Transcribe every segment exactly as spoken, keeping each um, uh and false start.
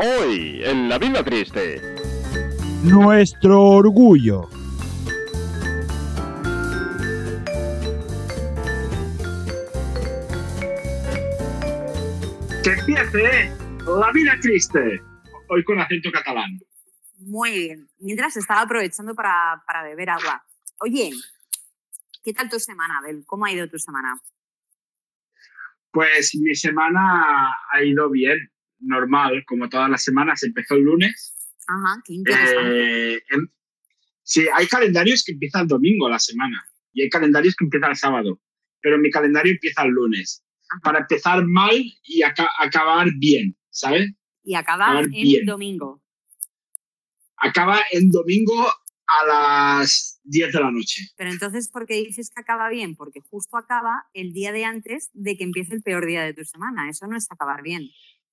Hoy, en La Vida Triste. Nuestro orgullo. Que empiece La Vida Triste. Hoy con acento catalán. Muy bien. Mientras estaba aprovechando para, para beber agua. Oye, ¿qué tal tu semana, Abel? ¿Cómo ha ido tu semana? Pues mi semana ha ido bien, normal, como todas las semanas. Empezó el lunes. Ajá, qué interesante. Eh, em, sí, hay calendarios que empiezan el domingo la semana y hay calendarios que empiezan el sábado, pero mi calendario empieza el lunes. Ajá. Para empezar mal y aca- acabar bien, ¿sabes? Y acaba acabar en bien. domingo. Acaba en domingo a las diez de la noche. Pero entonces, ¿por qué dices que acaba bien? Porque justo acaba el día de antes de que empiece el peor día de tu semana. Eso no es acabar bien.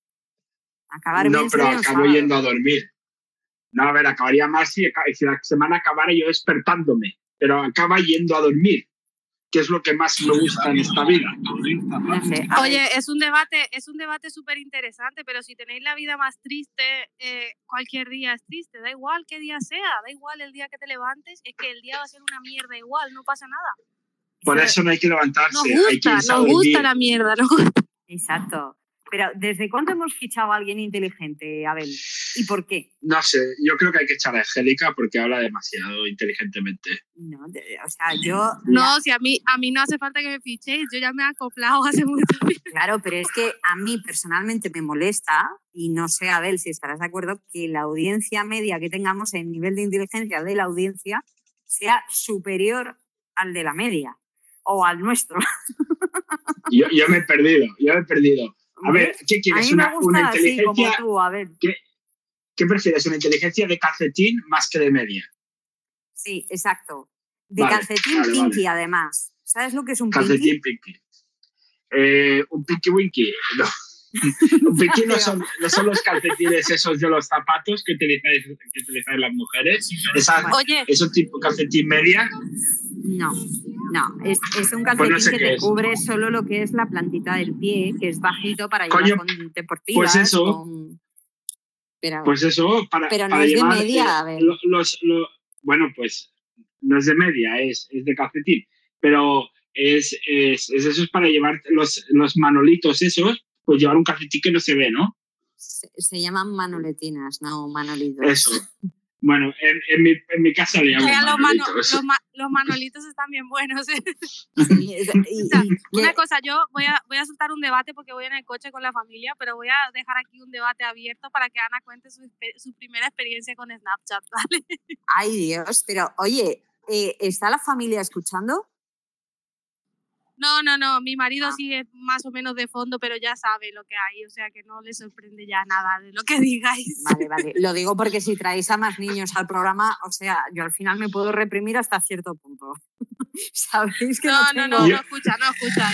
Acabar No, bien pero sería un acabo sábado. yendo a dormir. No, a ver, acabaría mal si, si la semana acabara yo despertándome, pero acaba yendo a dormir, que es lo que más me gusta en esta vida. No sé. a ver, Oye, es un debate, es un debate súper interesante, pero si tenéis la vida más triste, eh, cualquier día es triste, da igual qué día sea, da igual el día que te levantes, es que el día va a ser una mierda igual, no pasa nada. Por eso- eso no hay que Nos levantarse, hay que gusta, irse a nos dormir. gusta la mierda, ¿no? Exacto. Pero, ¿desde cuándo hemos fichado a alguien inteligente, Abel? ¿Y por qué? No sé, yo creo que hay que echar a Angélica porque habla demasiado inteligentemente. No, de- o sea, yo... No, si a mí, a mí no hace falta que me fichéis, yo ya me he acoplado hace mucho tiempo. Claro, pero es que a mí personalmente me molesta, y no sé, Abel, si estarás de acuerdo, que la audiencia media que tengamos, el nivel de inteligencia de la audiencia, sea superior al de la media o al nuestro. Yo, yo me he perdido, yo me he perdido. A ver, ¿qué A quieres? mí me Una, gusta una así inteligencia. como tú, Abel. ¿qué, ¿Qué prefieres? ¿Una inteligencia de calcetín más que de media? Sí, exacto. De Vale, calcetín vale, pinky, vale. además. ¿Sabes lo que es un pinky? Calcetín pinky. Eh, un pinky winky. No. Un pinky no son, no son los calcetines esos de los zapatos que utilizáis, que utilizáis las mujeres. Esa, Oye, ¿Es un tipo calcetín media? No, no. Es, es un Pues calcetín no sé que qué te es. cubre solo lo que es la plantita del pie, que es bajito para Coño, llevar con deportivas. pues eso. Con... Pero, Pues eso, para, pero no para es de llevar. media, eh, a ver. lo- los, lo- bueno, pues no es de media, es, es de calcetín. Pero es, es, es eso es para llevar los, los manolitos esos, pues llevar un calcetín que no se ve, ¿no? Se, se llaman manoletinas, no manolitos. Eso. Bueno, en, en, mi, en mi casa le llamo oiga, los, mano- manolitos. los, ma- los manolitos están bien buenos. ¿eh? Sí, es- y- O sea, y una que- cosa, yo voy a, voy a soltar un debate porque voy en el coche con la familia, pero voy a dejar aquí un debate abierto para que Ana cuente su, espe- su primera experiencia con Snapchat, ¿vale? Ay, Dios, pero oye, eh, ¿está la familia escuchando? No, no, no, mi marido Ah. sigue más o menos de fondo, pero ya sabe lo que hay, o sea que no le sorprende ya nada de lo que digáis. Vale, vale. Lo digo porque si traéis a más niños al programa, o sea, yo al final me puedo reprimir hasta cierto punto. Sabéis que no, No, no, tengo... no, Yo- no escucha, no escucha.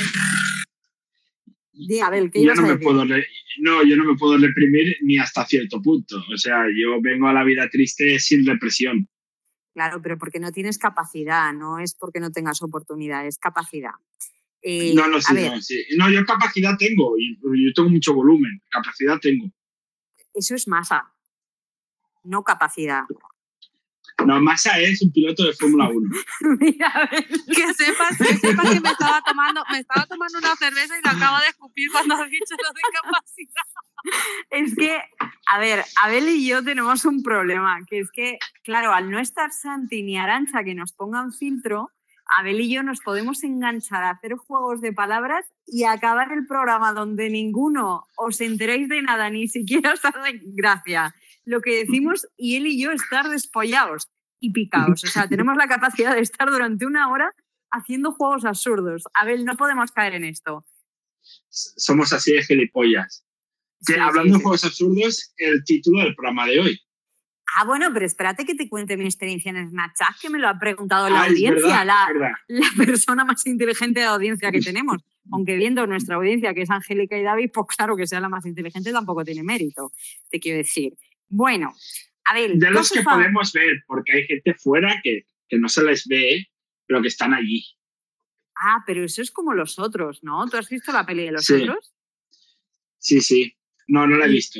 Di, Abel, ¿qué Yo ibas no a me decir? puedo re- no, yo no me puedo reprimir ni hasta cierto punto. O sea, yo vengo a la vida triste sin represión. Claro, pero porque no tienes capacidad, no es porque no tengas oportunidad, es capacidad. Eh, No, no, a sí, ver, no, sí. No, yo capacidad tengo, y- yo tengo mucho volumen, capacidad tengo. eso es masa, no capacidad. No, Massa es un piloto de Fórmula uno. Mira, a ver, Que sepas, que sepas que me estaba tomando, me estaba tomando una cerveza y la acabo de escupir cuando has dicho lo de capacidad. es que, a ver, Abel y yo tenemos un problema, que es que, claro, al no estar Santi ni Arantxa que nos pongan filtro, Abel y yo nos podemos enganchar a hacer juegos de palabras y acabar el programa donde ninguno os enteréis de nada, ni siquiera os hace gracia lo que decimos, y él y yo estar despollados y picados. O sea, tenemos la capacidad de estar durante una hora haciendo juegos absurdos. Abel, no podemos caer en esto. Somos así de gilipollas. Que, Sí, hablando sí, de sí. juegos absurdos, el título del programa de hoy. Ah, bueno, pero espérate que te cuente mi experiencia en Snapchat, que me lo ha preguntado la Ah, es audiencia, verdad, la, es verdad. la persona más inteligente de la audiencia que tenemos. Aunque viendo nuestra audiencia, que es Angélica y David, pues claro que sea la más inteligente tampoco tiene mérito, te quiero decir. Bueno, a ver... De los ¿qué que os fa- podemos ver, porque hay gente fuera que, que no se les ve, pero que están allí. Ah, pero eso es como Los Otros, ¿no? ¿Tú has visto la peli de Los Sí. Otros? Sí, sí. No, no la he visto.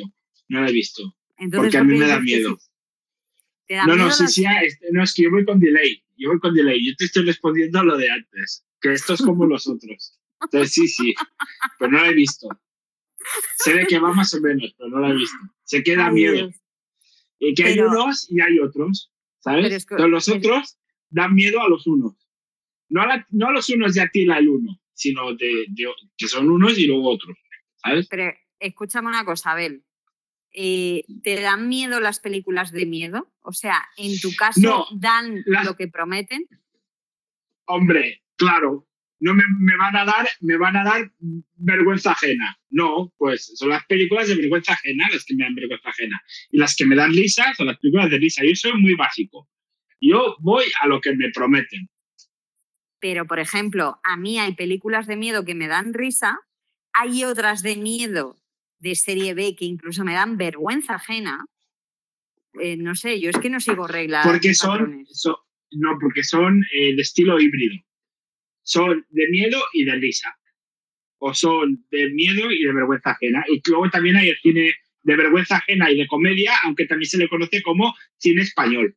No la he visto. Entonces, Porque a ¿por mí qué me da dices que miedo. sí? ¿Te da No, miedo no, sí, las- sí, ah, este- no, es que yo voy con delay. Yo voy con delay. Yo te estoy respondiendo a lo de antes. Que esto es como los otros. Entonces, sí, sí. Pero no la he visto. Sé de qué va más o menos, pero no la he visto. Sé que da Ay, miedo. Dios. Y que hay Pero- unos y hay otros, ¿sabes? Pero es que- Entonces, los pero- otros dan miedo a los unos. No a, la- no a los unos de Atila el uno, sino de, de- que son unos y luego otros, ¿sabes? Pero escúchame una cosa, Abel. Eh, ¿Te dan miedo las películas de miedo? O sea, en tu caso, No, ¿dan las- lo que prometen? Hombre, claro, no me, me van a dar, me van a dar vergüenza ajena. No, pues son las películas de vergüenza ajena las que me dan vergüenza ajena. Y las que me dan risa son las películas de risa. Yo soy muy básico. Yo voy a lo que me prometen. Pero, por ejemplo, a mí hay películas de miedo que me dan risa, hay otras de miedo de serie B que incluso me dan vergüenza ajena. Eh, no sé, yo es que no sigo reglas. Porque ni son, patrones. son- no, porque son eh, de estilo híbrido. Son de miedo y de risa. O son de miedo y de vergüenza ajena. Y luego también hay el cine de vergüenza ajena y de comedia, aunque también se le conoce como cine español.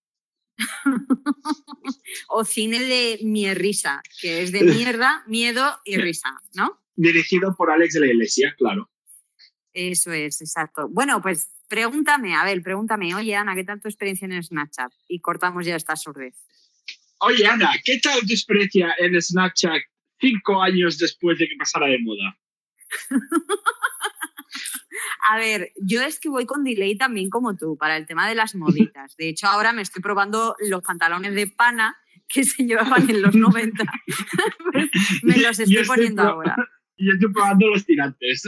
O cine de mierrisa, que es de mierda, miedo y risa, ¿no? Dirigido por Alex de la Iglesia, claro. Eso es, exacto. Bueno, pues pregúntame, Abel, pregúntame, oye, Ana, ¿qué tal tu experiencia en Snapchat? Y cortamos ya esta sordez. Oye, Ana, ¿qué tal tu experiencia en Snapchat cinco años después de que pasara de moda? A ver, yo es que voy con delay también como tú, para el tema de las moditas. De hecho, ahora me estoy probando los pantalones de pana que se llevaban en los noventa. Pues me los Yo estoy estoy poniendo pro- ahora. Yo estoy probando los tirantes.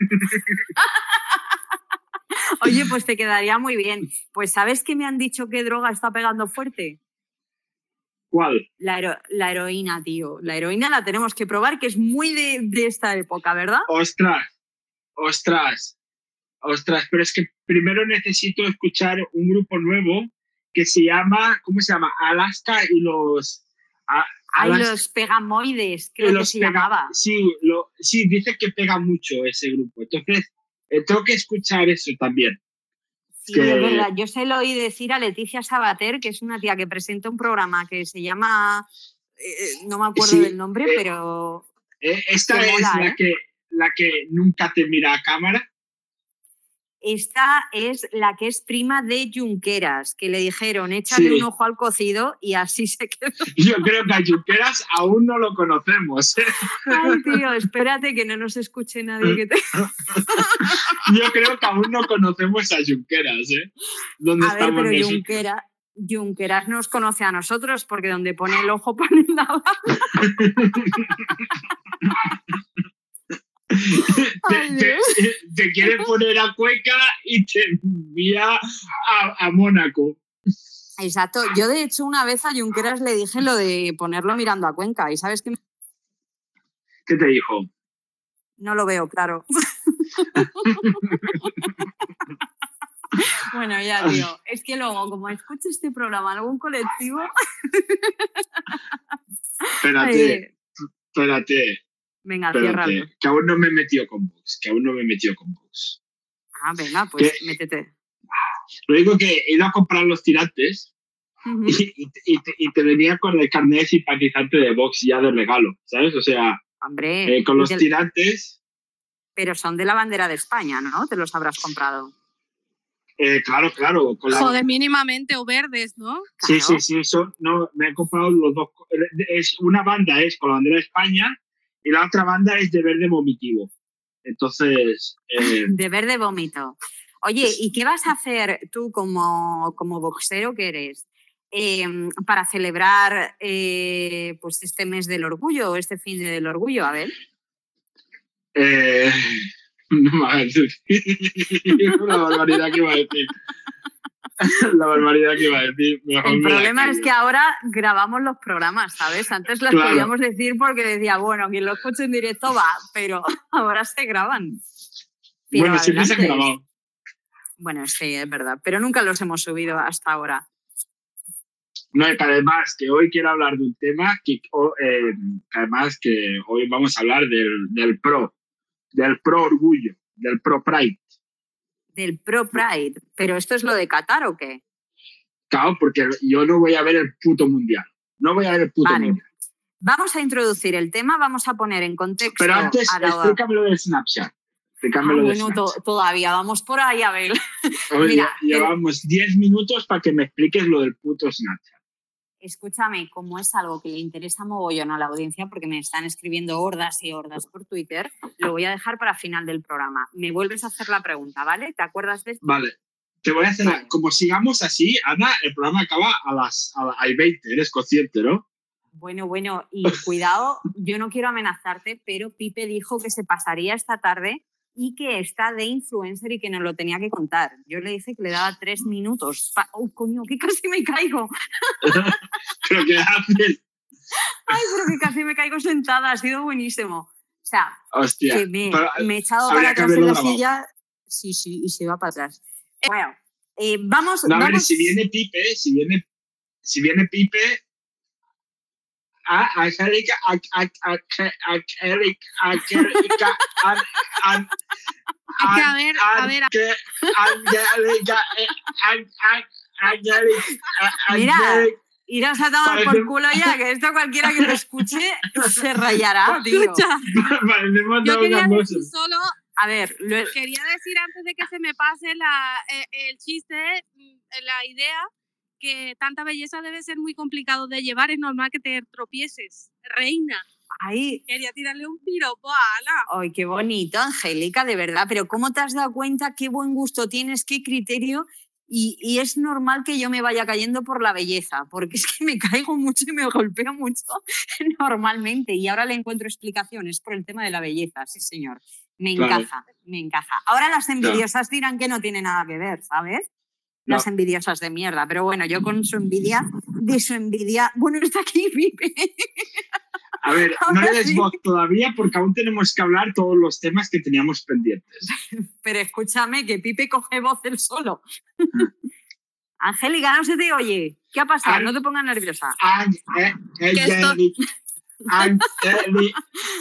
Oye, pues te quedaría muy bien. Pues ¿sabes qué me han dicho qué droga está pegando fuerte? ¿Cuál? La, hero- la heroína, tío. La heroína la tenemos que probar, que es muy de, de esta época, ¿verdad? Ostras, ostras, ostras, pero es que primero necesito escuchar un grupo nuevo que se llama, ¿cómo se llama? Alaska y los... a- Hay Alaska los pegamoides, y creo que los se pega- llamaba. Sí, lo, sí, dice que pega mucho ese grupo. Entonces, eh, tengo que escuchar eso también. Sí, que- es verdad. Yo se lo oí decir a Leticia Sabater, que es una tía que presenta un programa que se llama, eh, no me acuerdo Sí, del nombre, eh, pero Eh, esta que es mola, la, ¿eh? que, la que nunca te mira a cámara. esta es la que es prima de Junqueras, que le dijeron, échale Sí. un ojo al cocido y así se quedó. Yo creo que a Junqueras aún no lo conocemos. ¿eh? Ay, tío, espérate que no nos escuche nadie que te... Yo creo que aún no conocemos a Junqueras. ¿eh? ¿Dónde A ver, estamos pero nosotros? Junquera, Junqueras nos conoce a nosotros, porque donde pone el ojo pone la bala. Ay, te, Dios. te- te quiere poner a Cuenca y te envía a, a Mónaco. Exacto. Yo, de hecho, una vez a Junqueras le dije lo de ponerlo mirando a Cuenca. ¿Y sabes qué? ¿Qué te dijo? No lo veo, claro. Bueno, ya, tío. Es que luego, como escucho este programa en algún colectivo... Espérate, Ay, espérate, venga, ciérralo. espérate. Que aún no me he metido con Vox. Que aún no me he metido con Vox. Ah, venga, pues ¿Qué? métete. Lo digo que he ido a comprar los tirantes Ujú. y, y, y te, y te venía con el carnet de simpatizante de Vox ya de regalo, ¿sabes? O sea, Hombre, eh, con y los te- tirantes, pero son de la bandera de España, ¿no? Te los habrás comprado. eh, claro, claro. Con la- Joder, mínimamente, o verdes, ¿no? sí, Claro. sí, sí, son, no, me he comprado los dos. Es, una banda es con la bandera de España y la otra banda es de verde vomitivo. Entonces, eh, De verde vómito. Oye, ¿y qué vas a hacer tú como, como boxero que eres eh, para celebrar eh, pues este mes del orgullo, este fin del orgullo? A ver. eh, no me hagas decir. La barbaridad que iba a decir. La barbaridad que iba a decir. Mejor El me la problema es callo. que ahora grabamos los programas, ¿sabes? Antes las Claro. podíamos decir porque decía, bueno, quien lo escuche en directo va, pero ahora se graban. Pero Bueno, siempre se han adelante. grabado. Bueno, sí, es verdad, pero nunca los hemos subido hasta ahora. No, y que además que hoy quiero hablar de un tema que, o, eh, que además que hoy vamos a hablar del, del pro, del pro orgullo, del pro pride. del Pro Pride. ¿Pero esto es lo de Qatar o qué? Claro, porque yo no voy a ver el puto mundial. No voy a ver el puto Vale. mundial. Vamos a introducir el tema, vamos a poner en contexto... Pero antes, a la... explícame lo del Snapchat. Explícame Ah, lo del bueno, Snapchat. to- todavía vamos por ahí, Abel. Oye, Mira, llevamos diez minutos para que me expliques lo del puto Snapchat. Escúchame, como es algo que le interesa mogollón a la audiencia, porque me están escribiendo hordas y hordas por Twitter, lo voy a dejar para final del programa. Me vuelves a hacer la pregunta, ¿vale? ¿Te acuerdas de esto? Vale. Te voy a hacer... Vale. Como sigamos así, Ana, el programa acaba a las a, a veinte. Eres consciente, ¿no? Bueno, bueno, y cuidado, yo no quiero amenazarte, pero Pipe dijo que se pasaría esta tarde y que está de influencer y que nos lo tenía que contar. Yo le dije que le daba tres minutos. Pa- ¡Oh, coño, que casi me caigo! Pero ¿qué haces? ¡Ay, pero que casi me caigo sentada! Ha sido buenísimo. O sea, Hostia. que me, Pero, me he echado habría para que atrás en haberlo la grabado. silla. Sí, sí, y se va para atrás. Eh, Bueno, eh, vamos... No, a ver, vamos... si viene Pipe, si viene, si viene Pipe... A Angélica, a Angélica, Angélica, An- Es que, a ver, a ver, Ange- Angélica, eh, An- An- Angélica, eh, Mira, Angélica. Iros a tomar Parece- por culo ya, que esto cualquiera que lo escuche se rayará, tío. escucha, Parecemos yo dos quería gambosos. decir solo, A ver, lo- quería decir antes de que se me pase la, eh, el chiste, mm, la idea, que tanta belleza debe ser muy complicado de llevar, es normal que te tropieces. Reina, ahí... quería tirarle un piropo a Ana. Ay, qué bonito, Angélica, de verdad. Pero ¿cómo te has dado cuenta? Qué buen gusto tienes, qué criterio. Y, y es normal que yo me vaya cayendo por la belleza, porque es que me caigo mucho y me golpeo mucho normalmente. Y ahora le encuentro explicaciones por el tema de la belleza, sí, señor. Me Claro. encaja, me encaja. Ahora las envidiosas dirán que no tiene nada que ver, ¿sabes? Las No. envidiosas de mierda. Pero bueno, yo con su envidia, de su envidia... Bueno, está aquí Pipe. A ver, no Ahora le des sí. voz todavía porque aún tenemos que hablar todos los temas que teníamos pendientes. Pero escúchame, que Pipe coge voz él solo. Angélica, no se te oye. ¿Qué ha pasado? An- No te pongas nerviosa. Ang- eh, esto- Angélica, Angélica,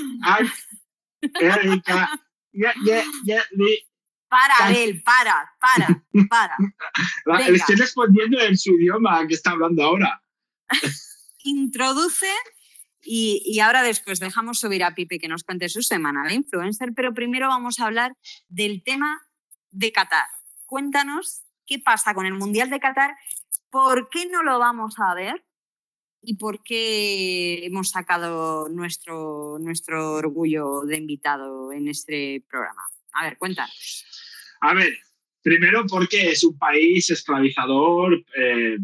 Angélica, ye- ye- ye- li- Para, Can- Abel, para, para, para. La- Venga. Le estoy respondiendo en su idioma que está hablando ahora. Introduce y, y ahora después dejamos subir a Pipe que nos cuente su semana de influencer, pero primero vamos a hablar del tema de Qatar. Cuéntanos qué pasa con el Mundial de Qatar, por qué no lo vamos a ver y por qué hemos sacado nuestro, nuestro orgullo de invitado en este programa. A ver, cuéntanos. A ver, primero porque es un país esclavizador, eh,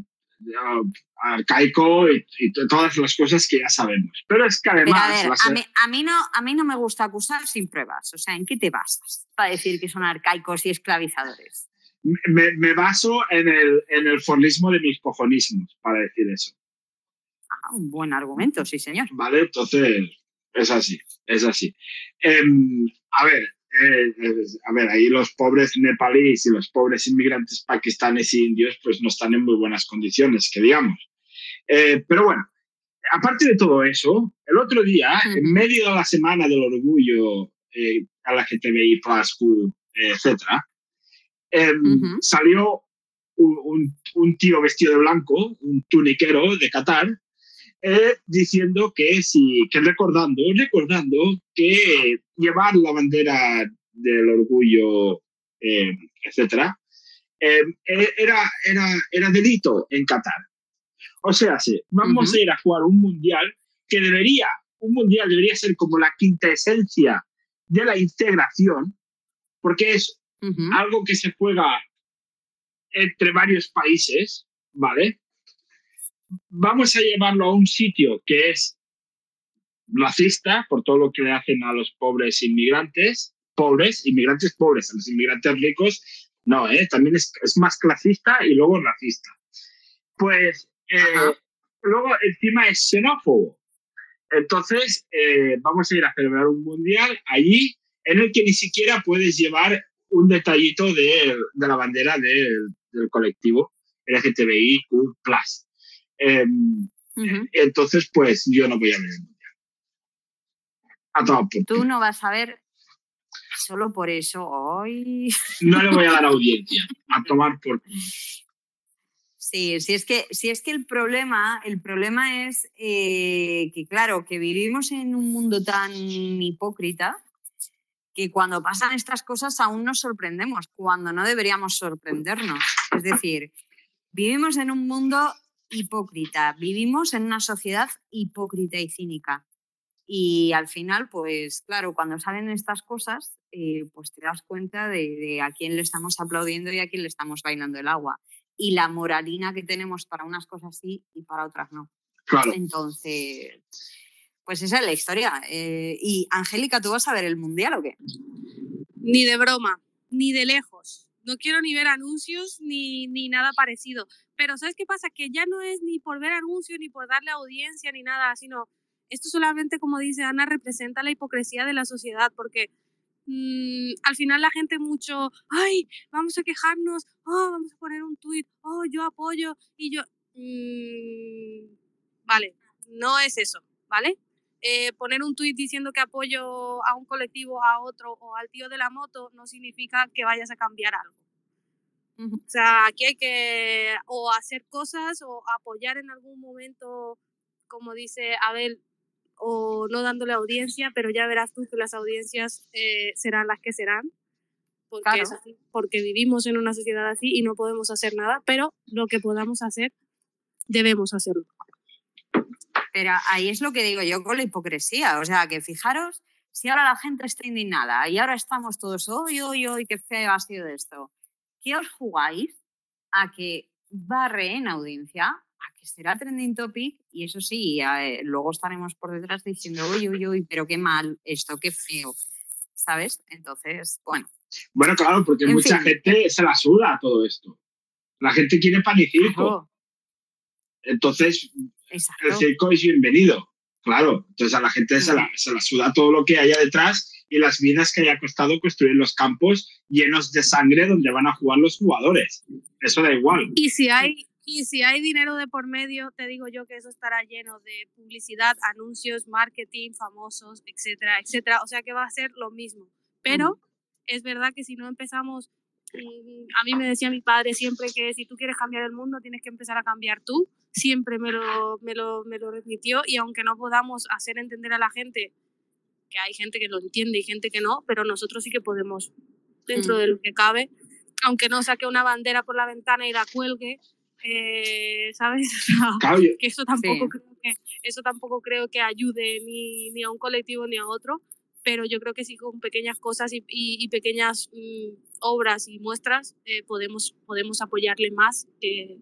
arcaico y, y to- todas las cosas que ya sabemos. Pero es que Pero además... a ver, las- a mí, a, mí no, a mí no me gusta acusar sin pruebas. O sea, ¿en qué te basas para decir que son arcaicos y esclavizadores? me, me baso en el, en el forlismo de mis cojonismos para decir eso. Ah, un buen argumento, sí, señor. ¿Vale? Entonces, es así, es así. Em, a ver, eh, eh, a ver, ahí los pobres nepalíes y los pobres inmigrantes pakistanes y indios pues no están en muy buenas condiciones, que digamos. Eh, pero bueno, aparte de todo eso, el otro día, Ujú. en medio de la Semana del Orgullo eh, a la L G T B I plus, Q, eh, etcétera, em, Ujú. salió un, un, un tío vestido de blanco, un tuniquero de Qatar, eh, diciendo que sí, que recordando, recordando que llevar la bandera del orgullo, eh, etcétera, eh, era, era, era delito en Qatar. O sea, sí, vamos Ujú. a ir a jugar un mundial que debería, un mundial debería ser como la quinta esencia de la integración, porque es Ujú. algo que se juega entre varios países, ¿vale? Vamos a llevarlo a un sitio que es racista por todo lo que le hacen a los pobres inmigrantes, pobres, inmigrantes pobres, a los inmigrantes ricos, no, ¿eh? También es, es más clasista y luego racista. Pues eh, Ajá. luego encima es xenófobo. Entonces eh, vamos a ir a celebrar un mundial allí en el que ni siquiera puedes llevar un detallito de, de la bandera del, del colectivo L G T B I Q plus. Eh, Ujú. entonces, pues yo no voy a ver el mundial. A todo punto. Tú no vas a ver solo por eso, ¡ay! No le voy a dar audiencia, a tomar por... Sí, sí es que, sí es que el problema, el problema es eh, que, claro, que vivimos en un mundo tan hipócrita que cuando pasan estas cosas aún nos sorprendemos, cuando no deberíamos sorprendernos. Es decir, vivimos en un mundo hipócrita, vivimos en una sociedad hipócrita y cínica. Y al final, pues claro, cuando salen estas cosas, eh, pues te das cuenta de, de a quién le estamos aplaudiendo y a quién le estamos bailando el agua. Y la moralina que tenemos para unas cosas sí y para otras no. Claro. Entonces, pues esa es la historia. Eh, y Angélica, ¿tú vas a ver el Mundial o qué? Ni de broma, ni de lejos. No quiero ni ver anuncios ni, ni nada parecido. Pero ¿sabes qué pasa? Que ya no es ni por ver anuncios, ni por darle audiencia, ni nada, sino esto solamente, como dice Ana, representa la hipocresía de la sociedad, porque mmm, al final la gente mucho, ay, vamos a quejarnos, oh, vamos a poner un tuit, oh, yo apoyo, y yo... Mmm, vale, no es eso, ¿vale? Eh, poner un tuit diciendo que apoyo a un colectivo, a otro o al tío de la moto no significa que vayas a cambiar algo. Uh-huh. O sea, aquí hay que o hacer cosas o apoyar en algún momento, como dice Abel, o no dándole audiencia, pero ya verás tú que las audiencias eh, serán las que serán, porque, claro. es así, porque vivimos en una sociedad así y no podemos hacer nada, pero lo que podamos hacer, debemos hacerlo. Pero ahí es lo que digo yo con la hipocresía, o sea, que fijaros, si ahora la gente está indignada y ahora estamos todos, hoy, hoy, hoy, qué feo ha sido esto, ¿qué os jugáis a que barre en audiencia, a que será trending topic y eso sí, eh, luego estaremos por detrás diciendo, uy, uy, uy, pero qué mal esto, qué feo, ¿sabes? Entonces, bueno. Bueno, claro, porque en mucha fin. gente se la suda todo esto. La gente quiere pan y circo. Claro. Entonces, exacto. El circo es bienvenido, claro. Entonces a la gente se la, se la suda todo lo que haya detrás y las vidas que haya costado construir los campos llenos de sangre donde van a jugar los jugadores. Eso da igual. Y si hay, y si hay dinero de por medio, te digo yo que eso estará lleno de publicidad, anuncios, marketing, famosos, etcétera, etcétera. O sea que va a ser lo mismo. Pero uh-huh. es verdad que si no empezamos... A mí me decía mi padre siempre que si tú quieres cambiar el mundo tienes que empezar a cambiar tú. Siempre me lo, me lo, me lo repitió y aunque no podamos hacer entender a la gente que hay gente que lo entiende y gente que no, pero nosotros sí que podemos, dentro mm. de lo que cabe, aunque no saque una bandera por la ventana y la cuelgue, eh, ¿sabes? Claro, que eso tampoco, sí. creo que, eso tampoco creo que ayude ni, ni a un colectivo ni a otro, pero yo creo que sí con pequeñas cosas y, y, y pequeñas mm, obras y muestras eh, podemos, podemos apoyarle más que...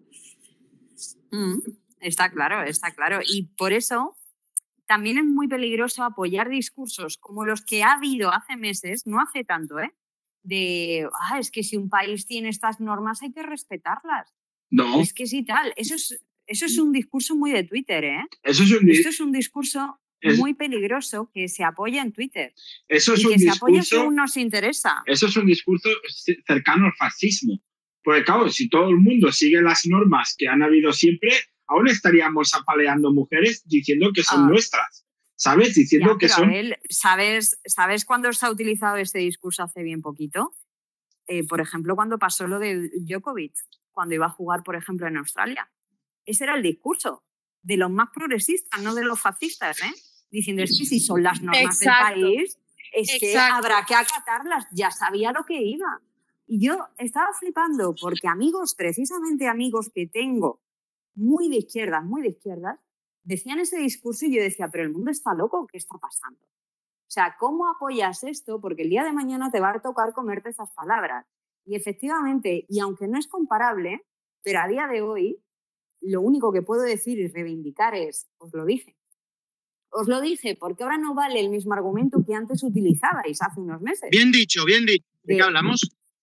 Mm, está claro, está claro. Y por eso también es muy peligroso apoyar discursos como los que ha habido hace meses, no hace tanto, ¿eh? De, ah, es que si un país tiene estas normas hay que respetarlas. No. Es que sí, tal. Eso es, eso es un discurso muy de Twitter, ¿eh? Eso es un, Esto es un discurso es, muy peligroso que se apoya en Twitter. Eso es y un que discurso, se apoya según nos interesa. Eso es un discurso cercano al fascismo. Porque claro, si todo el mundo sigue las normas que han habido siempre, aún estaríamos apaleando mujeres diciendo que son ah. nuestras, ¿sabes? Diciendo ya, que son... Él, ¿sabes, ¿Sabes cuándo se ha utilizado este discurso hace bien poquito? Eh, por ejemplo, cuando pasó lo de Djokovic, cuando iba a jugar, por ejemplo, en Australia. Ese era el discurso de los más progresistas, no de los fascistas, ¿eh? Diciendo, es que si son las normas Exacto. del país, es Exacto. que habrá que acatarlas. Ya sabía lo que iba. Y yo estaba flipando porque amigos, precisamente amigos que tengo muy de izquierdas, muy de izquierdas, decían ese discurso y yo decía, pero el mundo está loco, ¿qué está pasando? O sea, ¿cómo apoyas esto? Porque el día de mañana te va a tocar comerte esas palabras. Y efectivamente, y aunque no es comparable, pero a día de hoy, lo único que puedo decir y reivindicar es, os lo dije. Os lo dije, porque ahora no vale el mismo argumento que antes utilizabais hace unos meses. Bien dicho, bien dicho. ¿De qué hablamos?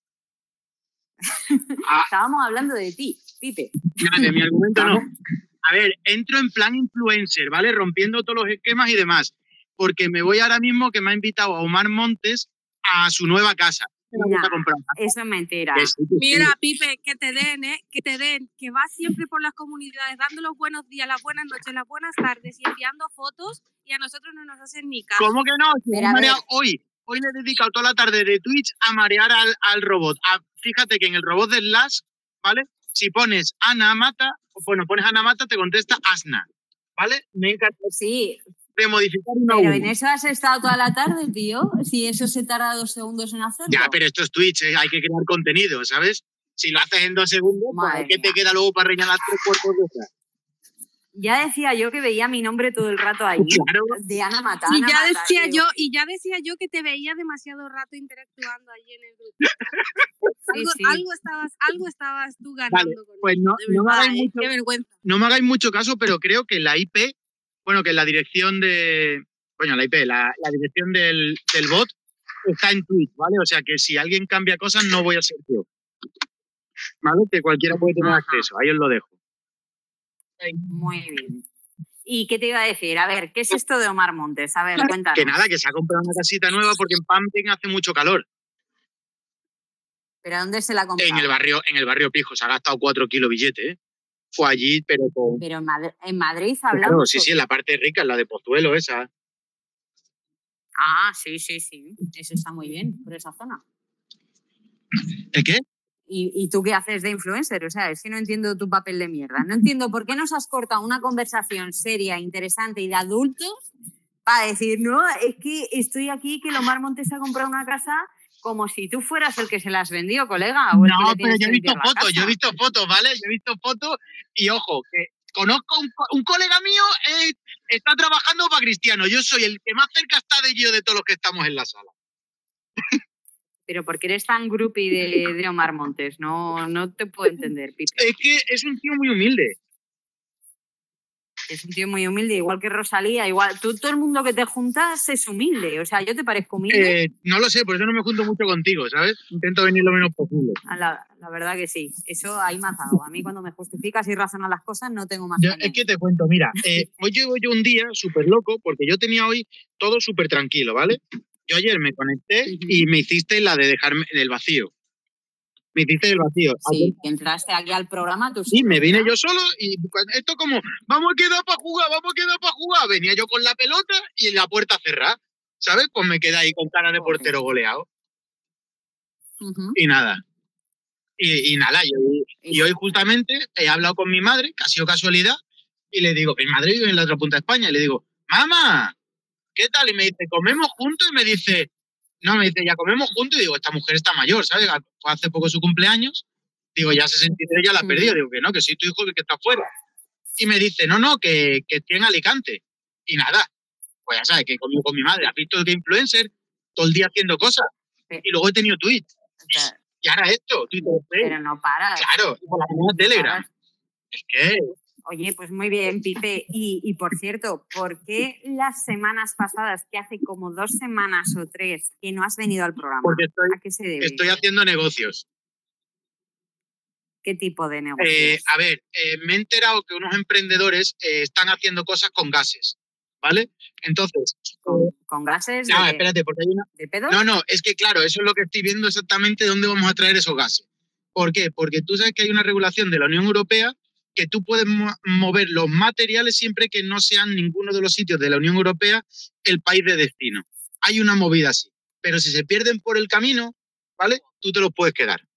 Ah. Estábamos hablando de ti, Pipe. No, de mi argumento no. A ver, entro en plan influencer, ¿vale? Rompiendo todos los esquemas y demás. Porque me voy ahora mismo que me ha invitado a Omar Montes a su nueva casa. No, eso es mentira. Es, Mira, Pipe, que te den, ¿eh? Que te den, que vas siempre por las comunidades dando los buenos días, las buenas noches, las buenas tardes y enviando fotos y a nosotros no nos hacen ni caso. ¿Cómo que no? Mira, hoy hoy le he dedicado toda la tarde de Twitch a marear al, al robot. A, fíjate que en el robot de Slash, ¿vale? Si pones Ana Mata, bueno, pones Ana Mata, te contesta Asna, ¿vale? Me encanta Sí, de modificar una pero U. en eso has estado toda la tarde, tío. Si eso se tarda dos segundos en hacerlo. Ya, pero esto es Twitch, ¿eh? Hay que crear contenido, ¿sabes? Si lo haces en dos segundos, Madre ¿qué te mía. queda luego para rellenar tres cuerpos de esa? Ya decía yo que veía mi nombre todo el rato ahí. Claro. De Ana Mata. Y Ana ya Mata, decía digo, yo, y ya decía yo que te veía demasiado rato interactuando allí en el grupo. Algo, sí. algo estabas, algo estabas tú ganando Vale, con pues eso, no, de no me verdad, hagáis ¿eh? mucho, Qué vergüenza. no me hagáis mucho caso, pero creo que la I P, bueno, que la dirección de, bueno, la I P, la, la dirección del, del bot está en Twitch, ¿vale? O sea que si alguien cambia cosas, no voy a ser yo. ¿Vale? Que cualquiera puede tener Ajá. acceso, ahí os lo dejo. Muy bien. ¿Y qué te iba a decir? A ver, ¿qué es esto de Omar Montes? A ver, cuéntanos. Que nada, que se ha comprado una casita nueva porque en Pamplona hace mucho calor. ¿Pero dónde se la ha comprado? En el barrio, en el barrio Pijo, se ha gastado cuatro kilos billete, ¿eh? Fue allí, pero con... Pero en, Madri- en Madrid Claro, hablamos. sí, ¿o sí, qué? en la parte rica, en la de Pozuelo, esa. Ah, sí, sí, sí. Eso está muy bien, por esa zona. ¿El qué? ¿Y, ¿Y tú qué haces de influencer? O sea, es que no entiendo tu papel de mierda. No entiendo por qué nos has cortado una conversación seria, interesante y de adultos para decir, no, es que estoy aquí, que Omar Montes ha comprado una casa como si tú fueras el que se las vendió, colega. O el que No, le pero tienes yo que he visto limpiar la fotos, yo he casa. visto fotos, ¿vale? Yo he visto fotos y ojo, que conozco un, co- un colega mío, eh, está trabajando para Cristiano. Yo soy el que más cerca está de yo de todos los que estamos en la sala. Pero porque eres tan groupie de, de Omar Montes, no, no te puedo entender, Pipe. Es que es un tío muy humilde. Es un tío muy humilde, igual que Rosalía, igual. Tú, todo el mundo que te juntas es humilde. O sea, yo te parezco humilde. Eh, no lo sé, por eso no me junto mucho contigo, ¿sabes? Intento venir lo menos posible. Ah, La, la verdad que sí. Eso ahí me ha dado. A mí cuando me justificas y razonas las cosas no tengo más Yo, caña. es que te cuento, mira, eh, hoy llevo yo un día súper loco porque yo tenía hoy todo súper tranquilo, ¿vale? Yo ayer me conecté Ujú. y me hiciste la de dejarme el vacío. Me hiciste el vacío. Ayer- Sí, que entraste aquí al programa tú Sí, solo, me vine ¿verdad? yo solo y cuando- esto como, vamos a quedar para jugar, vamos a quedar para jugar. Venía yo con la pelota y la puerta cerrada, ¿sabes? Pues me quedé ahí con cara de Joder. portero goleado Ujú. y nada. Y, y nada, yo, y hoy justamente he hablado con mi madre, que ha sido casualidad, y le digo, mi madre vive en la otra punta de España, y le digo, mamá, ¿qué tal? Y me dice, ¿comemos juntos? Y me dice, no, me dice, ya comemos juntos, y digo, esta mujer está mayor, ¿sabes? Fue hace poco su cumpleaños, digo, ya sesenta y tres ya la ha Ujú. perdido, digo, que no, que soy tu hijo que está fuera. Y me dice, no, no, que, que estoy en Alicante. Y nada, pues ya sabes, que conmigo con mi madre, has visto que influencer, todo el día haciendo cosas, Sí. y luego he tenido Twitch, O sea, y ahora esto, Twitter, pero no paras. claro, y por la mañana no Telegram. paras. Es que, Oye, pues muy bien, Pipe. Y, y por cierto, ¿por qué las semanas pasadas, que hace como dos semanas o tres, que no has venido al programa? porque estoy, ¿A qué se debe? estoy haciendo negocios. ¿Qué tipo de negocios? Eh, a ver, eh, me he enterado que unos emprendedores eh, están haciendo cosas con gases, ¿vale? Entonces, ¿Con, con gases no, de, espérate, porque hay una... de pedo? No, no, es que claro, eso es lo que estoy viendo exactamente de dónde vamos a traer esos gases. ¿Por qué? Porque tú sabes que hay una regulación de la Unión Europea que tú puedes mo- mover los materiales siempre que no sean ninguno de los sitios de la Unión Europea el país de destino. Hay una movida así. Pero si se pierden por el camino, ¿vale? Tú te los puedes quedar,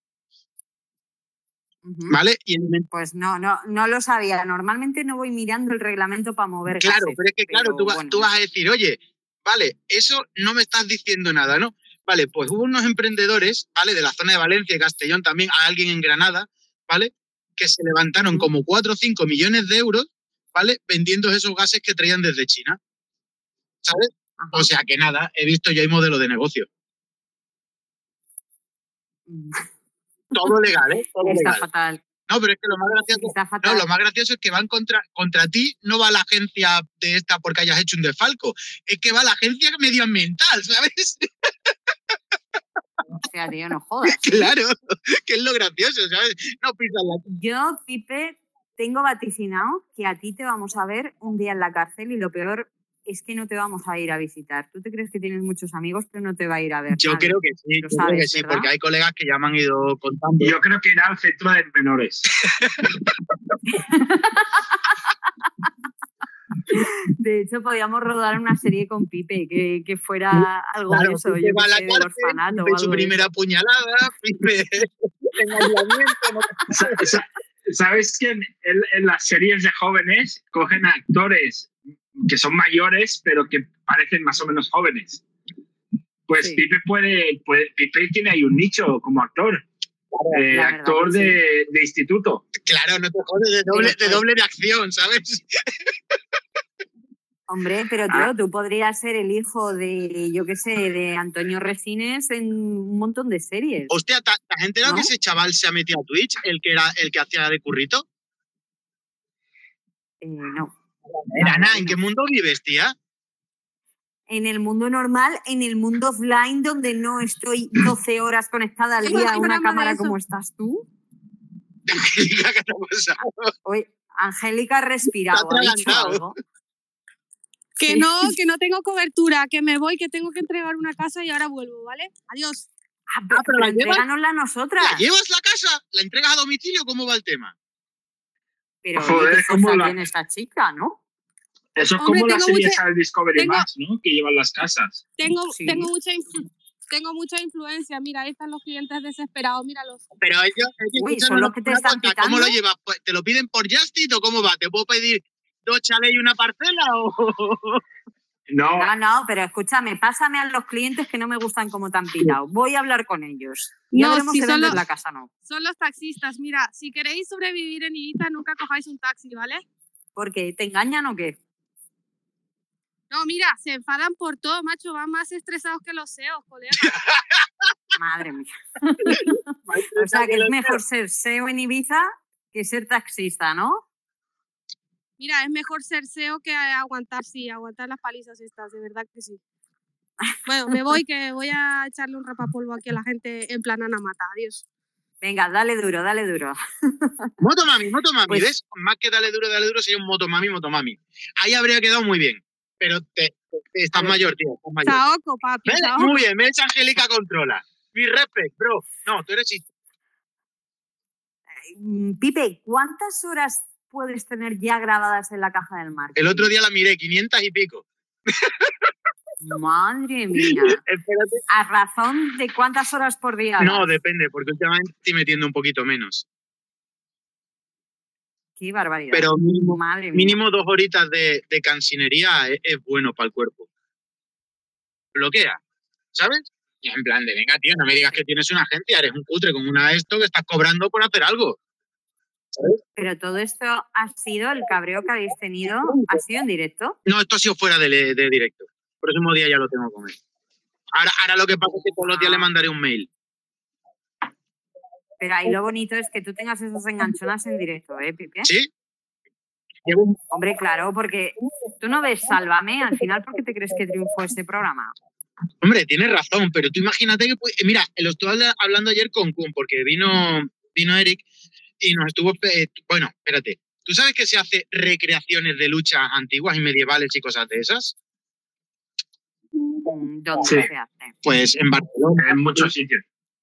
Ujú. ¿vale? Y el, Pues no, no, no lo sabía. Normalmente no voy mirando el reglamento para mover Claro, gases, pero es que claro, pero tú, va- bueno. tú vas a decir, oye, vale, eso no me estás diciendo nada, ¿no? Vale, pues hubo unos emprendedores, ¿vale? De la zona de Valencia y Castellón también, a alguien en Granada, ¿vale? Que se levantaron Ujú. como cuatro o cinco millones de euros, ¿vale? Vendiendo esos gases que traían desde China, ¿sabes? Ajá. O sea que nada, he visto ya hay modelo de negocio. Mm. Todo legal, ¿eh? Todo Está legal. fatal. No, pero es que lo más gracioso, Está fatal. no, lo más gracioso es que van contra, contra ti, no va la agencia de esta porque hayas hecho un desfalco, es que va la agencia medioambiental, ¿sabes? O sea, tío, no jodas. Claro, que es lo gracioso, ¿sabes? No pisas la... Yo, Pipe, tengo vaticinado que a ti te vamos a ver un día en la cárcel y lo peor es que no te vamos a ir a visitar. Tú te crees que tienes muchos amigos, pero no te va a ir a ver Yo nadie. creo que sí, Lo yo creo que sabes, sí, ¿verdad? porque hay colegas que ya me han ido contando. Yo creo que irá al centro de menores. De hecho, podíamos rodar una serie con Pipe que, que fuera algo Claro, de eso, Pipe yo va a que la sé, del cárcel, orfanato Pipe o su algo de primera eso. puñalada, Pipe en aislamiento, no Sa- sa- ¿Sabes que en, en- en las series de jóvenes cogen a actores que son mayores, pero que parecen más o menos jóvenes? Pues Sí. Pipe puede, puede- Pipe tiene ahí un nicho como actor. Eh, La verdad actor que sí. de, de instituto. Claro, no te jodes, de doble, Pero, de doble de acción, ¿sabes? Hombre, pero Ah. tío, tú podrías ser el hijo de, yo qué sé, de Antonio Resines en un montón de series. Hostia, ¿te te has enterado ¿No? que ese chaval se ha metido a Twitch, el que era el que hacía de currito? Eh, no. Era La nada, verdad ¿en que qué no. mundo vives, tía? En el mundo normal, en el mundo offline, donde no estoy doce horas conectada al Tengo día un a una programa de cámara eso. como estás tú. Angélica, ¿qué te ha pasado? Oye, Angélica ha respirado, ha dicho atragantado. algo. Que Sí. no, que no tengo cobertura, que me voy, que tengo que entregar una casa y ahora vuelvo, ¿vale? Adiós. Ah, pero, Ah, pero la pero llevas- entréganosla a nosotras. ¿La llevas la casa? ¿La entregas a domicilio? ¿Cómo va el tema? Pero Joder, oye, qué ¿cómo fuerza la- tiene esta chica, ¿no? Eso es Hombre, como las tengo series mucha- al Discovery tengo- Max, ¿no? Que llevan las casas. Tengo, Sí. tengo mucha influ- tengo mucha influencia. Mira, ahí están los clientes desesperados, míralos. Pero ellos, ellos Uy, escúchame ¿son los una- que te una están cosa, ¿cómo pitando? lo llevas? Pues, ¿te lo piden por Justit o cómo va? ¿Te puedo pedir dos chalés y una parcela o...? No, No, no, pero escúchame, pásame a los clientes que no me gustan como tan pitados. Voy a hablar con ellos. Ya No, veremos si si son vendes los- la casa o no. Son los taxistas. Mira, si queréis sobrevivir en Ibiza, nunca cojáis un taxi, ¿vale? Porque ¿te engañan o qué? No, mira, se enfadan por todo, macho. Van más estresados que los S E Os, colega. Madre mía. O sea, que es mejor ser S E O en Ibiza que ser taxista, ¿no? Mira, es mejor ser S E O que aguantar, sí, aguantar las palizas estas, de verdad que sí. Bueno, me voy, que voy a echarle un rapapolvo aquí a la gente en plan Ana Mata. Adiós. Venga, dale duro, dale duro. Motomami, motomami, Pues- ¿ves? Más que dale duro, dale duro, sería un motomami, motomami. Ahí habría quedado muy bien. Pero te, te- estás A ver. mayor, tío, estás mayor. Saoco, papi, ¿Ves? saoco. Muy bien, ves, Angélica controla. Mi respect, bro. No, tú eres... Mm, Pipe, ¿cuántas horas puedes tener ya grabadas en la caja del mar? El otro día la miré, quinientas y pico. Madre mía. Espérate. ¿A razón de cuántas horas por día? No, hagas? depende, porque últimamente estoy metiendo un poquito menos. Qué barbaridad. Pero mínimo, Madre mía. mínimo dos horitas de, de cansinería es, es bueno para el cuerpo. Bloquea, ¿sabes? Y en plan de, venga, tío, no me digas que tienes una agencia, eres un cutre con una esto que estás cobrando por hacer algo. Pero todo esto ha sido el cabreo que habéis tenido, ha sido en directo. No, esto ha sido fuera de, de directo. Próximo día ya lo tengo con él. Ahora, ahora lo que pasa es que todos los días le mandaré un mail. Pero ahí lo bonito es que tú tengas esas enganchonas en directo, ¿eh, Pipe? ¿Sí? Llevo un- Hombre, claro, porque tú no ves Sálvame, al final, ¿por qué te crees que triunfó ese programa? Hombre, tienes razón, pero tú imagínate que... pu- Mira, lo estuve habla- hablando ayer con Kun, porque vino, vino Eric y nos estuvo... eh, bueno, espérate. ¿Tú sabes que se hace recreaciones de luchas antiguas y medievales y cosas de esas? Mm, ¿Dónde Sí. se hace? Pues en Barcelona. en muchos sitios.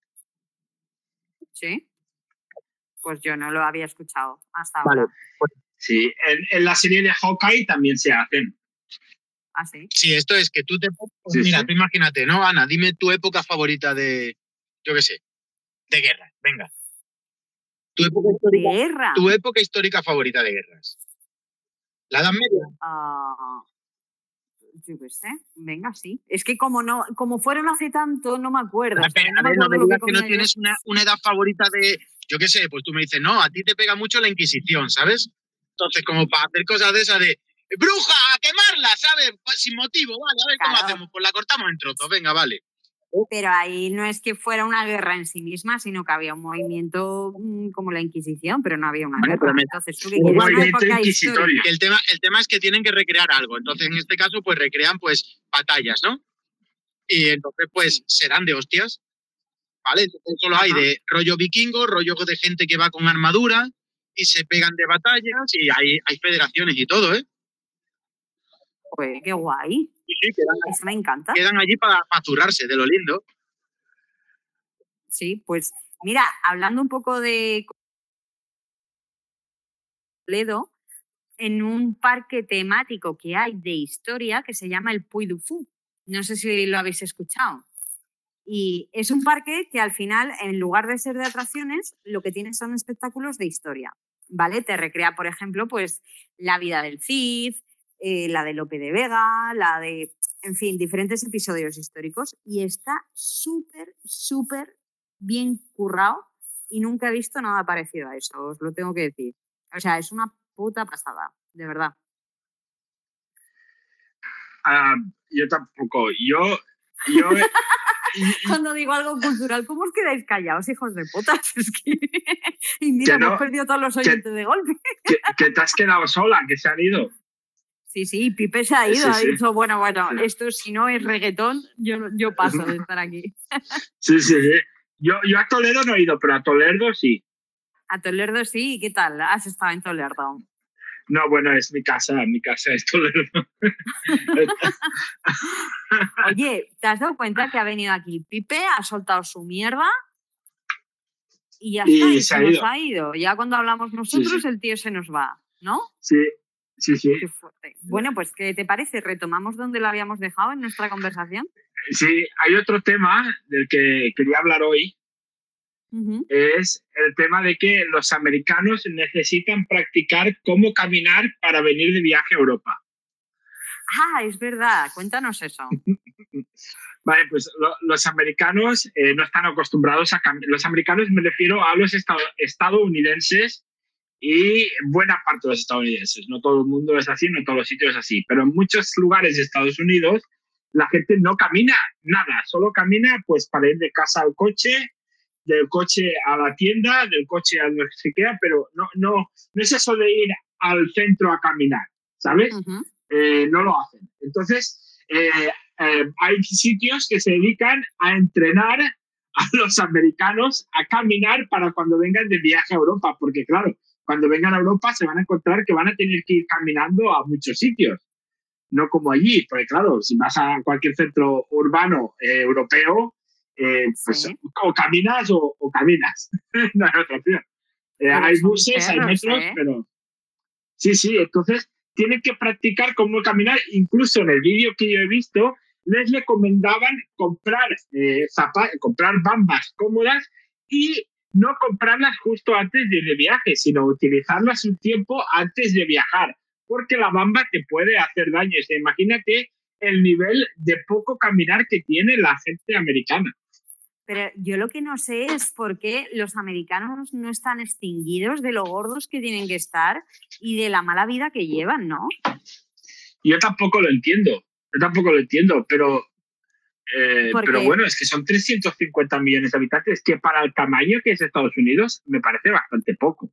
¿Sí? Pues yo no lo había escuchado hasta Vale. ahora. Sí, en, en la serie de Hawkeye también se hacen. ¿Ah, sí? Sí, esto es que tú te... Sí, Mira, sí. tú imagínate, ¿no, Ana? Dime tu época favorita de... Yo qué sé. De guerra, venga. Tu época ¿De histórica, guerra? tu época histórica favorita de guerras. ¿La Edad Media? Ah, yo qué sé. Venga, sí. Es que como no, como fueron hace tanto, no me acuerdo. A o sea, ver, no a me ver, no acuerdo me lo digas que no comía yo. tienes una, una edad favorita de... Yo qué sé, pues tú me dices, no, a ti te pega mucho la Inquisición, ¿sabes? Entonces, como para hacer cosas de esas de... ¡Bruja! ¡A quemarla! ¿Sabes? Pues sin motivo, vale, a ver cómo Claro. hacemos. Pues la cortamos en trozos, venga, vale. Pero ahí no es que fuera una guerra en sí misma, sino que había un movimiento mm, como la Inquisición, pero no había una Bueno, guerra. pero me- Entonces, ¿tú qué Un quieres? Una movimiento época inquisitorio. histórica. Que el tema, el tema es que tienen que recrear algo. Entonces, en este caso, pues recrean pues batallas, ¿no? Y entonces, pues Sí. serán de hostias. ¿Vale? Entonces solo hay Ajá. de rollo vikingo, rollo de gente que va con armadura y se pegan de batallas y hay, hay federaciones y todo, ¿eh? Pues qué guay. Y sí, quedan, Eso me encanta. quedan allí para zurrarse de lo lindo. Sí, pues mira, hablando un poco de Toledo, en un parque temático que hay de historia que se llama el Puy du Fou. No sé si lo habéis escuchado. Y es un parque que al final, en lugar de ser de atracciones, lo que tiene son espectáculos de historia, ¿vale? Te recrea, por ejemplo, pues la vida del Cid, eh, la de Lope de Vega, la de, en fin, diferentes episodios históricos. Y está súper, súper bien currado y nunca he visto nada parecido a eso, os lo tengo que decir. O sea, es una puta pasada, de verdad. Uh, yo tampoco. Yo... yo Cuando digo algo cultural, ¿cómo os quedáis callados, hijos de putas? Es que... Y mira, no, hemos perdido todos los oyentes que, de golpe. Que, que te has quedado sola, que se han ido. Sí, sí, Pipe se ha ido, sí, ha sí. dicho, bueno, bueno, esto si no es reggaetón, yo, yo paso de estar aquí. Sí, sí, sí. Yo, yo a Toledo no he ido, pero a Toledo sí. A Toledo sí, ¿qué tal? ¿Has estado en Toledo? No, bueno, es mi casa, mi casa es Toledo. Oye, ¿te has dado cuenta que ha venido aquí Pipe, ha soltado su mierda y ya y está, y se, se ha nos ido. ha ido? Ya cuando hablamos nosotros, sí, sí. el tío se nos va, ¿no? Sí, sí, sí. Qué fuerte. Bueno, pues, ¿qué te parece? ¿Retomamos donde lo habíamos dejado en nuestra conversación? Sí, hay otro tema del que quería hablar hoy. Uh-huh. Es el tema de que los americanos necesitan practicar cómo caminar para venir de viaje a Europa. Ah, es verdad. Cuéntanos eso. Vale, pues lo, los americanos eh, no están acostumbrados a caminar. Los americanos me refiero a los estad estadounidenses y buena parte de los estadounidenses. No todo el mundo es así, no todos los sitios es así. Pero en muchos lugares de Estados Unidos la gente no camina nada. Solo camina pues para ir de casa al coche, del coche a la tienda, del coche a donde se queda, pero no, no, no es eso de ir al centro a caminar, ¿sabes? Uh-huh. eh, no lo hacen. Entonces, eh, eh, hay sitios que se dedican a entrenar a los americanos a caminar para cuando vengan de viaje a Europa, porque claro, cuando vengan a Europa se van a encontrar que van a tener que ir caminando a muchos sitios, no como allí, porque claro, si vas a cualquier centro urbano eh, europeo, Eh, pues sí. o caminas o, o caminas. No hay otra opción. Eh, hay buses, hay metros, ¿eh? Pero sí, sí, entonces tienen que practicar cómo caminar. Incluso en el vídeo que yo he visto, les recomendaban comprar, eh, zapatos, comprar bambas cómodas y no comprarlas justo antes de ir de viaje, sino utilizarlas un tiempo antes de viajar, porque la bamba te puede hacer daño. O sea, imagínate el nivel de poco caminar que tiene la gente americana. Pero yo lo que no sé es por qué los americanos no están extinguidos de lo gordos que tienen que estar y de la mala vida que llevan, ¿no? Yo tampoco lo entiendo, yo tampoco lo entiendo, pero, eh, pero bueno, es que son trescientos cincuenta millones de habitantes, que para el tamaño que es Estados Unidos me parece bastante poco.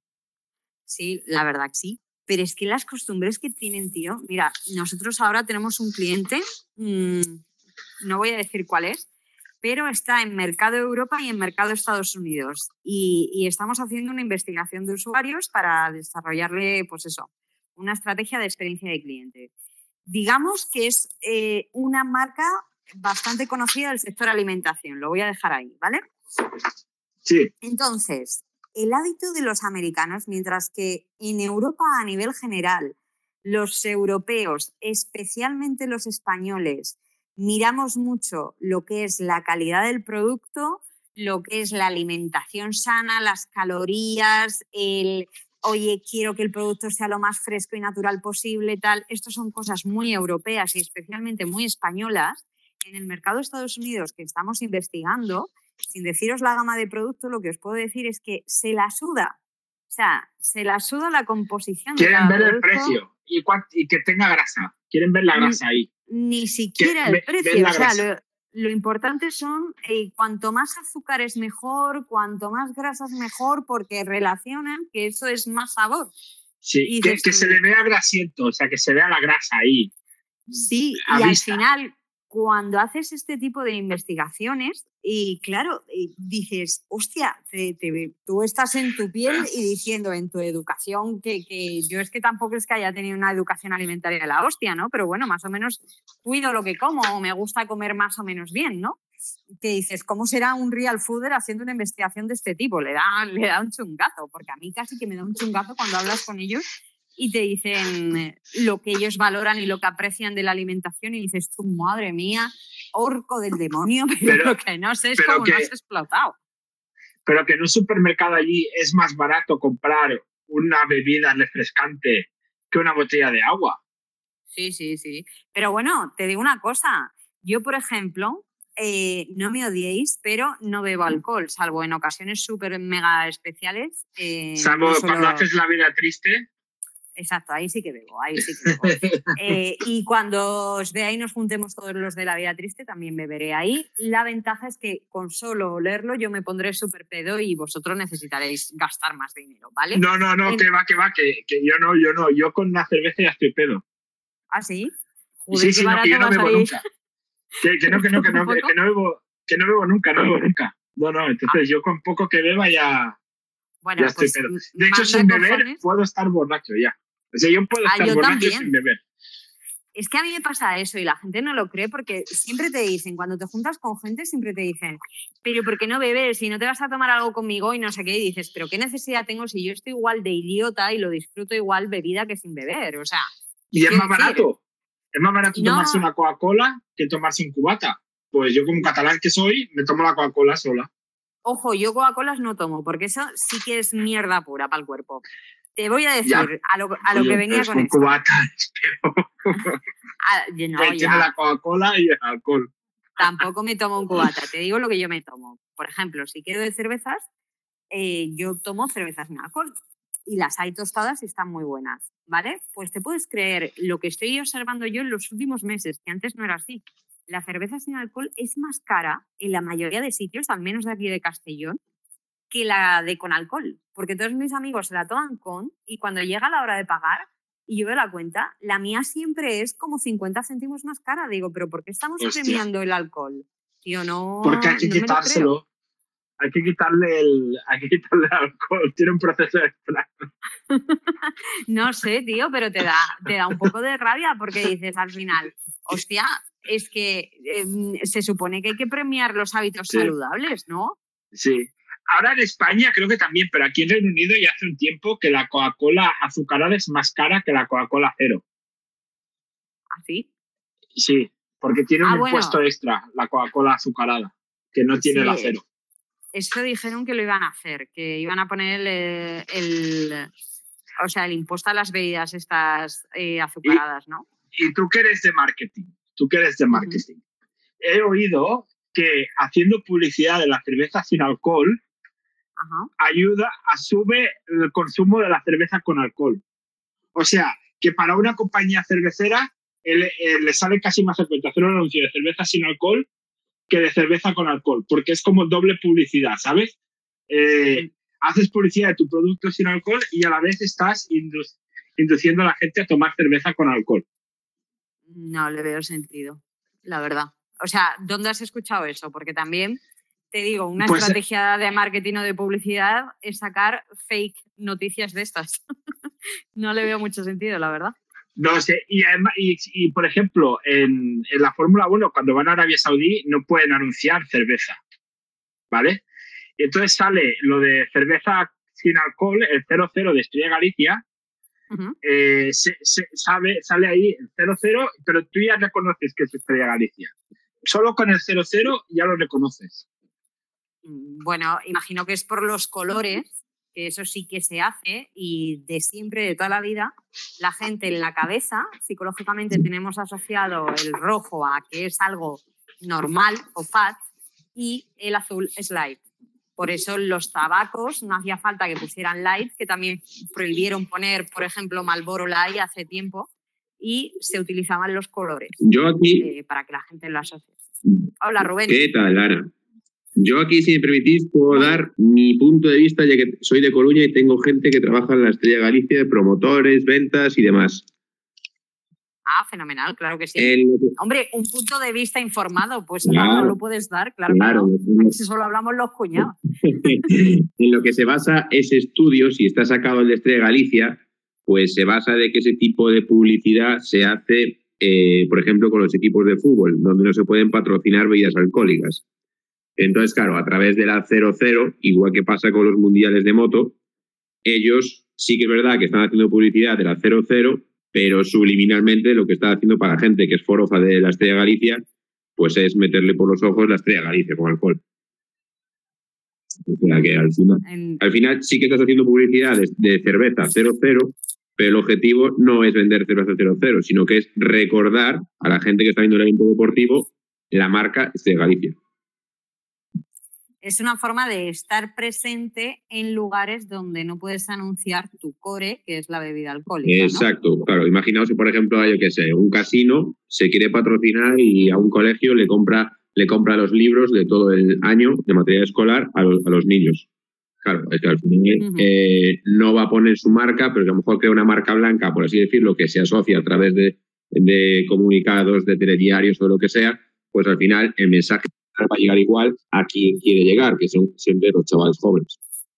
Sí, la verdad que sí. Pero es que las costumbres que tienen, tío, mira, nosotros ahora tenemos un cliente, mmm, no voy a decir cuál es, pero está en mercado Europa y en mercado Estados Unidos. Y, y estamos haciendo una investigación de usuarios para desarrollarle, pues eso, una estrategia de experiencia de cliente. Digamos que es eh, una marca bastante conocida del sector alimentación. Lo voy a dejar ahí, ¿vale? Sí. Entonces, el hábito de los americanos, mientras que en Europa a nivel general, los europeos, especialmente los españoles, miramos mucho lo que es la calidad del producto, lo que es la alimentación sana, las calorías, el, oye, quiero que el producto sea lo más fresco y natural posible, tal. Estas son cosas muy europeas y especialmente muy españolas. En el mercado de Estados Unidos que estamos investigando, sin deciros la gama de productos, lo que os puedo decir es que se la suda. O sea, se la suda la composición de cada producto. Quieren ver producto. el precio y, y que tenga grasa. Quieren ver la grasa ahí. Ni siquiera el precio, o sea, lo, lo importante son eh, cuanto más azúcar es mejor, cuanto más grasa es mejor, porque relacionan que eso es más sabor. Sí, que, que se le vea grasiento, o sea, que se vea la grasa ahí. Sí, y vista. Al final, cuando haces este tipo de investigaciones, y claro, y dices, hostia, te, te, tú estás en tu piel y diciendo en tu educación, que, que yo es que tampoco es que haya tenido una educación alimentaria de la hostia, ¿no? Pero bueno, más o menos cuido lo que como, o me gusta comer más o menos bien, ¿no? Que dices, ¿cómo será un real fooder haciendo una investigación de este tipo? Le da, le da un chungazo, porque a mí casi que me da un chungazo cuando hablas con ellos y te dicen lo que ellos valoran y lo que aprecian de la alimentación y dices tú, madre mía, orco del demonio, pero, Pero- lo que no sé es pero cómo que- no has explotado. Pero que en un supermercado allí es más barato comprar una bebida refrescante que una botella de agua. Sí, sí, sí. Pero bueno, te digo una cosa. Yo, por ejemplo, eh, no me odiéis, pero no bebo alcohol, salvo en ocasiones súper mega especiales. eh, Salvo no suelo- cuando haces la vida triste. Exacto, ahí sí que bebo, ahí sí que bebo. Eh, y cuando os veáis y nos juntemos todos los de la vida triste, también beberé ahí. La ventaja es que con solo olerlo yo me pondré súper pedo y vosotros necesitaréis gastar más dinero, ¿vale? No, no, no, En- que va, que va, que, que yo no, yo no. Yo con una cerveza ya estoy pedo. ¿Ah, sí? Sí, Joder, sí, qué sí, no, barato que yo no va a bebo salir. nunca. Que, que no, que no, que no, que, que no bebo, que no bebo nunca, no bebo nunca. No, no, entonces yo con poco que beba ya, Bueno, ya estoy pues pedo. m- De hecho, manda sin beber cojones. puedo estar borracho ya. O sea, yo puedo Ah, estar yo borracho también. sin beber. Es que a mí me pasa eso y la gente no lo cree porque siempre te dicen, cuando te juntas con gente, siempre te dicen, pero ¿por qué no bebes? Si no te vas a tomar algo conmigo y no sé qué, y dices, pero ¿qué necesidad tengo si yo estoy igual de idiota y lo disfruto igual bebida que sin beber? O sea, Y es quiero más decir, barato. Es más barato No. tomarse una Coca-Cola que tomarse un cubata. Pues yo, como catalán que soy, me tomo la Coca-Cola sola. Ojo, yo Coca-Colas no tomo porque eso sí que es mierda pura para el cuerpo. Te voy a decir Ya. a lo, a lo Oye, que venía pues con con esto. cubata es peor. Ah, yo no, Que ya. tiene la Coca-Cola y el alcohol. Tampoco me tomo un cubata, te digo lo que yo me tomo. Por ejemplo, si quiero de cervezas, eh, yo tomo cervezas sin alcohol y las hay tostadas y están muy buenas, ¿vale? Pues te puedes creer lo que estoy observando yo en los últimos meses, que antes no era así. La cerveza sin alcohol es más cara en la mayoría de sitios, al menos de aquí de Castellón, que la de con alcohol, porque todos mis amigos se la toman con y cuando llega la hora de pagar y yo veo la cuenta, la mía siempre es como cincuenta céntimos más cara. Digo, ¿pero por qué estamos Hostia. premiando el alcohol? Tío, no. Porque hay que no me lo creo. quitárselo. Hay que quitarle el, hay que quitarle el alcohol. Tiene un proceso extra. No sé, tío, pero te da, te da un poco de rabia porque dices al final, hostia, es que eh, se supone que hay que premiar los hábitos Sí. saludables, ¿no? Sí. Ahora en España creo que también, pero aquí en Reino Unido ya hace un tiempo que la Coca-Cola azucarada es más cara que la Coca-Cola cero. Así. Sí, porque tiene un Ah, bueno. impuesto extra la Coca-Cola azucarada, que no tiene Sí. la cero. Eso dijeron que lo iban a hacer, que iban a poner el, el- o sea, el impuesto a las bebidas estas eh, azucaradas, ¿no? Y tú que eres de marketing, tú que eres de marketing, he oído que haciendo publicidad de la cerveza sin alcohol Ajá. ayuda a sube el consumo de la cerveza con alcohol. O sea, que para una compañía cervecera el- el- le sale casi más rentable hacer un anuncio de cerveza sin alcohol que de cerveza con alcohol, porque es como doble publicidad, ¿sabes? Eh, haces publicidad de tu producto sin alcohol y a la vez estás indu- induciendo a la gente a tomar cerveza con alcohol. No le veo sentido, la verdad. O sea, ¿dónde has escuchado eso? Porque también, te digo, una Pues, estrategia de marketing o de publicidad es sacar fake noticias de estas. No le veo mucho sentido, la verdad. No sé, y, además, y, y, por ejemplo, en, en la Fórmula uno, cuando van a Arabia Saudí, no pueden anunciar cerveza, ¿vale? Y entonces sale lo de cerveza sin alcohol, el cero cero de Estrella Galicia, Ujú. eh, se, se- sabe, sale ahí el cero cero, pero tú ya reconoces que es Estrella Galicia. Solo con el cero cero ya lo reconoces. Mm, Bueno, imagino que es por los colores, que eso sí que se hace y de siempre, de toda la vida, la gente en la cabeza, psicológicamente tenemos asociado el rojo a que es algo normal o fat y el azul es light. Por eso los tabacos no hacía falta que pusieran light, que también prohibieron poner, por ejemplo, Marlboro Light hace tiempo y se utilizaban los colores Yo aquí, eh, para que la gente lo asocie. Hola, Rubén. ¿qué tal, Lara? Yo aquí, si me permitís, puedo dar mi punto de vista, ya que soy de Coruña y tengo gente que trabaja en la Estrella Galicia, promotores, ventas y demás. Ah, fenomenal, claro que sí. En lo que- Hombre, un punto de vista informado, pues Claro. no lo puedes dar, claro, Claro. claro. Si solo hablamos los cuñados. en lo que se basa ese estudio, si está sacado el de Estrella Galicia, pues se basa de que ese tipo de publicidad se hace, eh, por ejemplo, con los equipos de fútbol, donde no se pueden patrocinar bebidas alcohólicas. Entonces, claro, a través de la cero cero, igual que pasa con los mundiales de moto, ellos sí que es verdad que están haciendo publicidad de la cero cero, pero subliminalmente lo que está haciendo para la gente que es forofa de la Estrella Galicia, pues es meterle por los ojos la Estrella Galicia con alcohol. O sea que al final, En- al final sí que estás haciendo publicidad de, de cerveza cero cero, pero el objetivo no es vender cerveza cero cero, sino que es recordar a la gente que está viendo el evento deportivo la marca Estrella Galicia. Es una forma de estar presente en lugares donde no puedes anunciar tu core, que es la bebida alcohólica, ¿no? Exacto, claro. Imaginaos si, por ejemplo, hay, yo qué sé, un casino se quiere patrocinar y a un colegio le compra, le compra los libros de todo el año de material escolar a los, a los niños. Claro, es que al final Ujú. eh, no va a poner su marca, pero que a lo mejor crea una marca blanca, por así decirlo, que se asocia a través de, de comunicados, de telediarios o lo que sea, pues al final el mensaje va a llegar igual a quien quiere llegar, que son siempre los chavales jóvenes.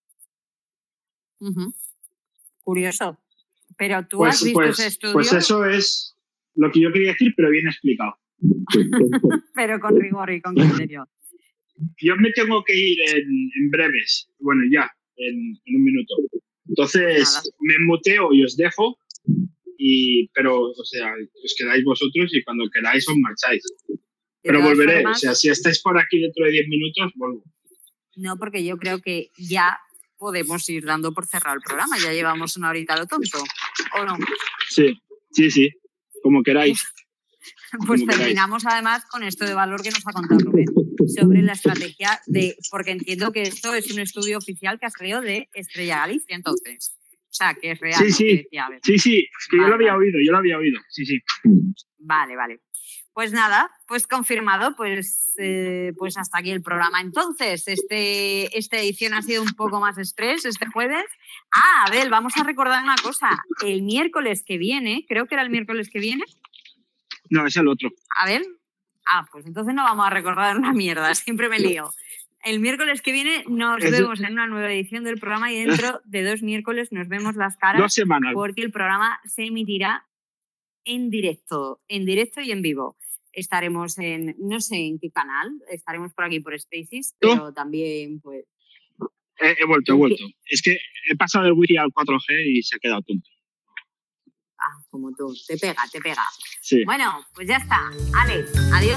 Ujú. Curioso. Pero tú Pues, has visto pues, ese estudio, pues eso es lo que yo quería decir, pero bien explicado. pero con rigor y con criterio. Yo me tengo que ir en, en breves, bueno, ya, en, en un minuto. Entonces, Nada. me muteo y os dejo, y, pero, o sea, os quedáis vosotros y cuando queráis os marcháis. De Pero todas volveré, formas, o sea, si estáis por aquí dentro de diez minutos, vuelvo. no, porque yo creo que ya podemos ir dando por cerrado el programa. Ya llevamos una horita a lo tonto, ¿o no? Sí, sí, sí, como queráis. Pues Como queráis. terminamos además con esto de valor que nos ha contado Rubén sobre la estrategia de, porque entiendo que esto es un estudio oficial que ha salido de Estrella Galicia, entonces. O sea, que es real. Sí, lo sí. que decía Abel. Sí, sí, es que yo Vale, lo había vale. oído, yo lo había oído, sí, sí. Vale, vale. Pues nada, pues confirmado, pues, eh, pues hasta aquí el programa. Entonces, este, esta edición ha sido un poco más estrés este jueves. Ah, Abel, vamos a recordar una cosa. El miércoles que viene, creo que era el miércoles que viene, No, es el otro. Abel. Ah, pues entonces no vamos a recordar una mierda, siempre me lío. El miércoles que viene nos Es- vemos en una nueva edición del programa y dentro de dos miércoles nos vemos las caras Dos semanas. porque el programa se emitirá en directo, en directo y en vivo. Estaremos en, no sé en qué canal, estaremos por aquí por Spaces, ¿Tú? pero también pues... He, he vuelto, he vuelto. Es que he pasado del wifi al cuatro G y se ha quedado tonto. Ah, como tú, te pega, te pega. Sí. Bueno, pues ya está. Ale, adiós.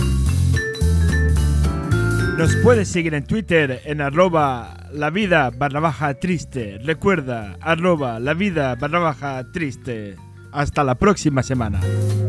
Nos puedes seguir en Twitter en arroba la vida barra baja triste. Recuerda, arroba la vida barra baja triste. Hasta la próxima semana.